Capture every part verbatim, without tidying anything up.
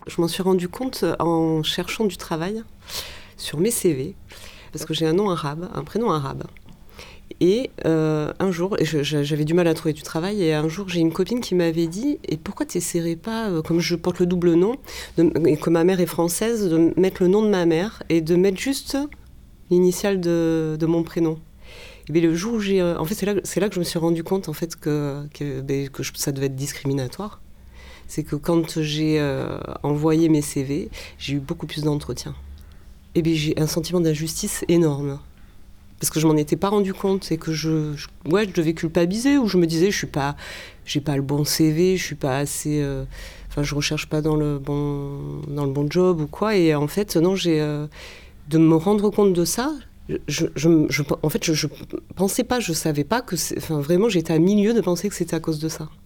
Je m'en suis rendu compte en cherchant du travail sur mes C V, parce que j'ai un nom arabe, un prénom arabe. Et euh, un jour, et je, j'avais du mal à trouver du travail, et un jour j'ai une copine qui m'avait dit « Et pourquoi tu n'essaierais pas, euh, comme je porte le double nom, de, et que ma mère est française, de mettre le nom de ma mère et de mettre juste l'initiale de, de mon prénom ?» Et bien, le jour où j'ai... En fait, c'est là, c'est là que je me suis rendu compte en fait, que, que, ben, que je, ça devait être discriminatoire. C'est que quand j'ai euh, envoyé mes C V, j'ai eu beaucoup plus d'entretiens. Et bien, j'ai un sentiment d'injustice énorme. Parce que je m'en étais pas rendu compte et que je, je, ouais, je devais culpabiliser, ou je me disais je suis pas, j'ai pas le bon C V, je suis pas assez, euh, enfin je recherche pas dans le bon, dans le bon job ou quoi. Et en fait non, j'ai euh, de me rendre compte de ça. Je, je, je, en fait je, je pensais pas, je savais pas que, c'est, enfin vraiment j'étais à milieu de penser que c'était à cause de ça.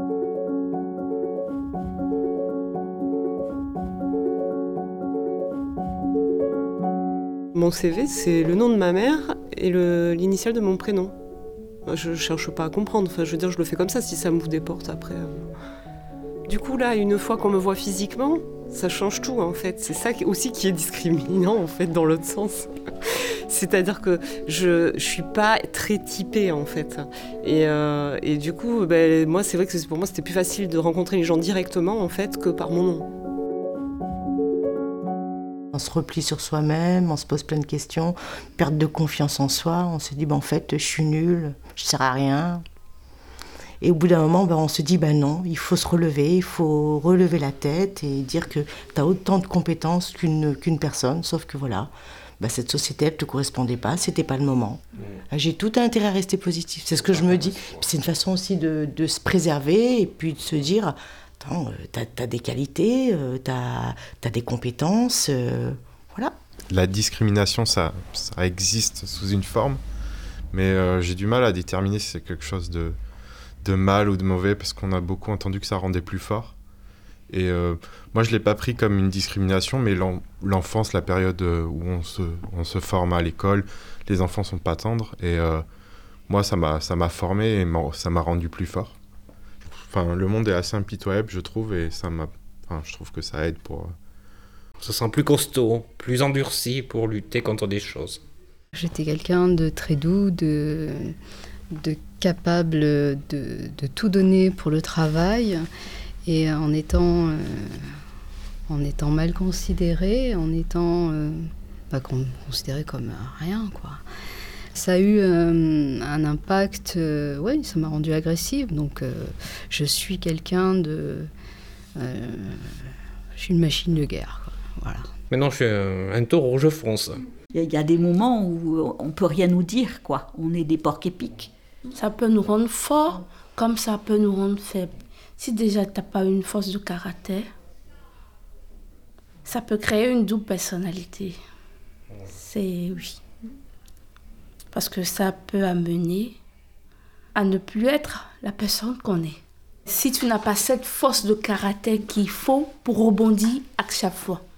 Mon C V, c'est le nom de ma mère et le, l'initiale de mon prénom. Je cherche pas à comprendre, enfin, je veux dire, je le fais comme ça, si ça m'ouvre des portes après. Du coup, là, une fois qu'on me voit physiquement, ça change tout, en fait. C'est ça aussi qui est discriminant, en fait, dans l'autre sens. C'est-à-dire que je, je suis pas très typée, en fait. Et, euh, et du coup, ben, moi, c'est vrai que pour moi, c'était plus facile de rencontrer les gens directement, en fait, que par mon nom. On se replie sur soi-même, on se pose plein de questions, perte de confiance en soi, on se dit ben, en fait je suis nulle, je ne sers à rien. Et au bout d'un moment, ben, on se dit ben non, il faut se relever, il faut relever la tête et dire que tu as autant de compétences qu'une, qu'une personne, sauf que voilà, ben, cette société elle ne te correspondait pas, c'était pas le moment. Mmh. J'ai tout intérêt à rester positif, c'est ce que je me dis. Puis c'est une façon aussi de, de se préserver et puis de se dire... Attends, t'as, t'as des qualités, euh, t'as, t'as des compétences, euh, voilà. La discrimination, ça, ça existe sous une forme, mais euh, j'ai du mal à déterminer si c'est quelque chose de, de mal ou de mauvais, parce qu'on a beaucoup entendu que ça rendait plus fort. Et euh, moi, je ne l'ai pas pris comme une discrimination, mais l'en, l'enfance, la période où on se, on se forme à l'école, les enfants ne sont pas tendres, et euh, moi, ça m'a, ça m'a formé et ça m'a rendu plus fort. Enfin, le monde est assez impitoyable, je trouve, et ça m'a... Enfin, je trouve que ça aide pour... On se sent plus costaud, plus endurci pour lutter contre des choses. J'étais quelqu'un de très doux, de, de capable de, de tout donner pour le travail, et en étant, euh, en étant mal considérée, en étant euh, bah, considérée comme rien, quoi. Ça a eu euh, un impact, euh, oui, ça m'a rendue agressive. Donc, euh, je suis quelqu'un de... Euh, je suis une machine de guerre, quoi. Voilà. Maintenant, je suis un, un taureau, je fonce. Il y a des moments où on ne peut rien nous dire, quoi. On est des porcs épics. Ça peut nous rendre forts, comme ça peut nous rendre faibles. Si déjà tu n'as pas une force de caractère, ça peut créer une double personnalité. C'est... oui. Parce que ça peut amener à ne plus être la personne qu'on est. Si tu n'as pas cette force de caractère qu'il faut pour rebondir à chaque fois.